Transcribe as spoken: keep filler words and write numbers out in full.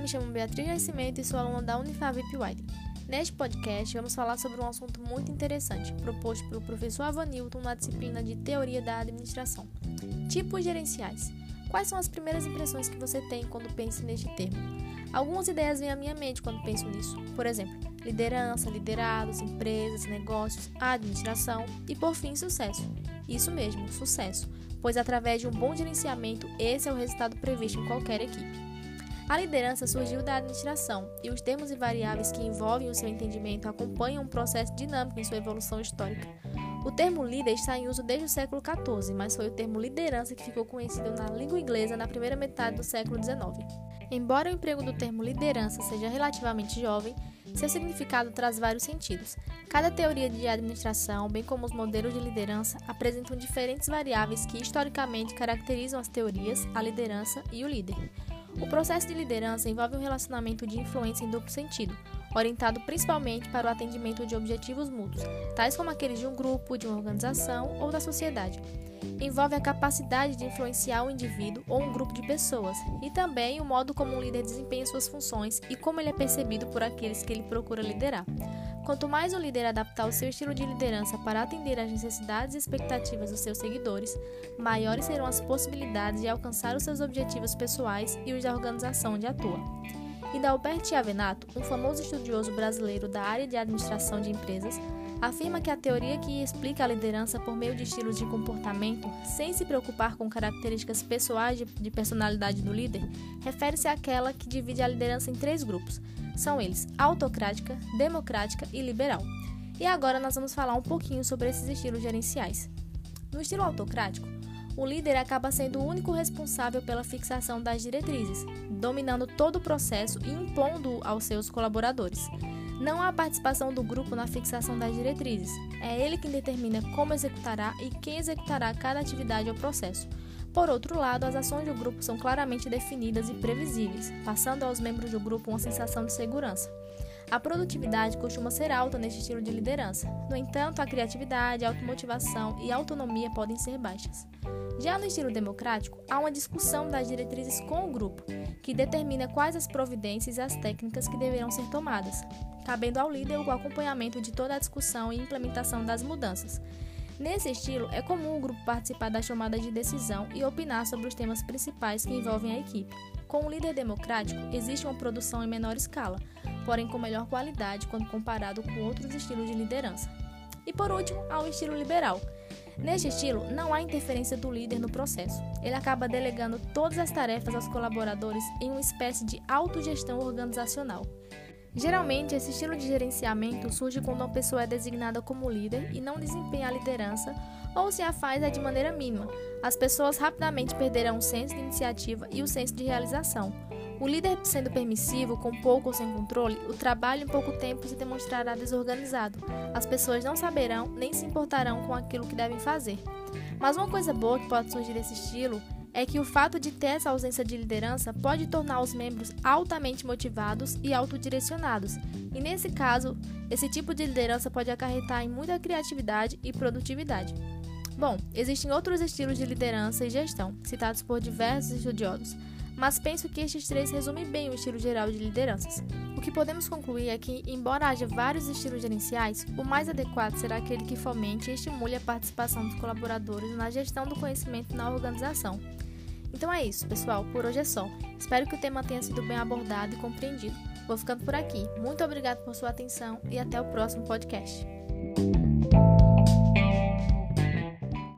me chamo Beatriz Nascimento e sou aluna da Unifavip Widen. Neste podcast, vamos falar sobre um assunto muito interessante, proposto pelo professor Avanilton na disciplina de Teoria da Administração. Tipos gerenciais. Quais são as primeiras impressões que você tem quando pensa neste termo? Algumas ideias vêm à minha mente quando penso nisso. Por exemplo, liderança, liderados, empresas, negócios, administração e, por fim, sucesso. Isso mesmo, sucesso, pois através de um bom gerenciamento, esse é o resultado previsto em qualquer equipe. A liderança surgiu da administração e os termos e variáveis que envolvem o seu entendimento acompanham um processo dinâmico em sua evolução histórica. O termo líder está em uso desde o século quatorze, mas foi o termo liderança que ficou conhecido na língua inglesa na primeira metade do século dezenove. Embora o emprego do termo liderança seja relativamente jovem, seu significado traz vários sentidos. Cada teoria de administração, bem como os modelos de liderança, apresentam diferentes variáveis que historicamente caracterizam as teorias, a liderança e o líder. O processo de liderança envolve um relacionamento de influência em duplo sentido, orientado principalmente para o atendimento de objetivos mútuos, tais como aqueles de um grupo, de uma organização ou da sociedade. Envolve a capacidade de influenciar um indivíduo ou um grupo de pessoas, e também o modo como um líder desempenha suas funções e como ele é percebido por aqueles que ele procura liderar. Quanto mais o líder adaptar o seu estilo de liderança para atender às necessidades e expectativas dos seus seguidores, maiores serão as possibilidades de alcançar os seus objetivos pessoais e os da organização onde atua. Hidalberto Chiavenato, um famoso estudioso brasileiro da área de administração de empresas, afirma que a teoria que explica a liderança por meio de estilos de comportamento, sem se preocupar com características pessoais de personalidade do líder, refere-se àquela que divide a liderança em três grupos. São eles autocrática, democrática e liberal. E agora nós vamos falar um pouquinho sobre esses estilos gerenciais. No estilo autocrático, o líder acaba sendo o único responsável pela fixação das diretrizes, dominando todo o processo e impondo aos seus colaboradores. Não há participação do grupo na fixação das diretrizes. É ele quem determina como executará e quem executará cada atividade ou processo. Por outro lado, as ações do grupo são claramente definidas e previsíveis, passando aos membros do grupo uma sensação de segurança. A produtividade costuma ser alta neste estilo de liderança. No entanto, a criatividade, a automotivação e a autonomia podem ser baixas. Já no estilo democrático, há uma discussão das diretrizes com o grupo, que determina quais as providências e as técnicas que deverão ser tomadas, cabendo ao líder o acompanhamento de toda a discussão e implementação das mudanças. Nesse estilo, é comum o grupo participar das tomadas de decisão e opinar sobre os temas principais que envolvem a equipe. Com o líder democrático, existe uma produção em menor escala, porém com melhor qualidade quando comparado com outros estilos de liderança. E por último, há o estilo liberal. Neste estilo, não há interferência do líder no processo. Ele acaba delegando todas as tarefas aos colaboradores em uma espécie de autogestão organizacional. Geralmente, esse estilo de gerenciamento surge quando uma pessoa é designada como líder e não desempenha a liderança, ou se a faz é de maneira mínima. As pessoas rapidamente perderão o senso de iniciativa e o senso de realização. O líder sendo permissivo, com pouco ou sem controle, o trabalho em pouco tempo se demonstrará desorganizado. As pessoas não saberão nem se importarão com aquilo que devem fazer. Mas uma coisa boa que pode surgir desse estilo é que o fato de ter essa ausência de liderança pode tornar os membros altamente motivados e autodirecionados. E nesse caso, esse tipo de liderança pode acarretar em muita criatividade e produtividade. Bom, existem outros estilos de liderança e gestão, citados por diversos estudiosos, mas penso que estes três resumem bem o estilo geral de lideranças. O que podemos concluir é que, embora haja vários estilos gerenciais, o mais adequado será aquele que fomente e estimule a participação dos colaboradores na gestão do conhecimento na organização. Então é isso, pessoal, por hoje é só. Espero que o tema tenha sido bem abordado e compreendido. Vou ficando por aqui. Muito obrigado por sua atenção e até o próximo podcast.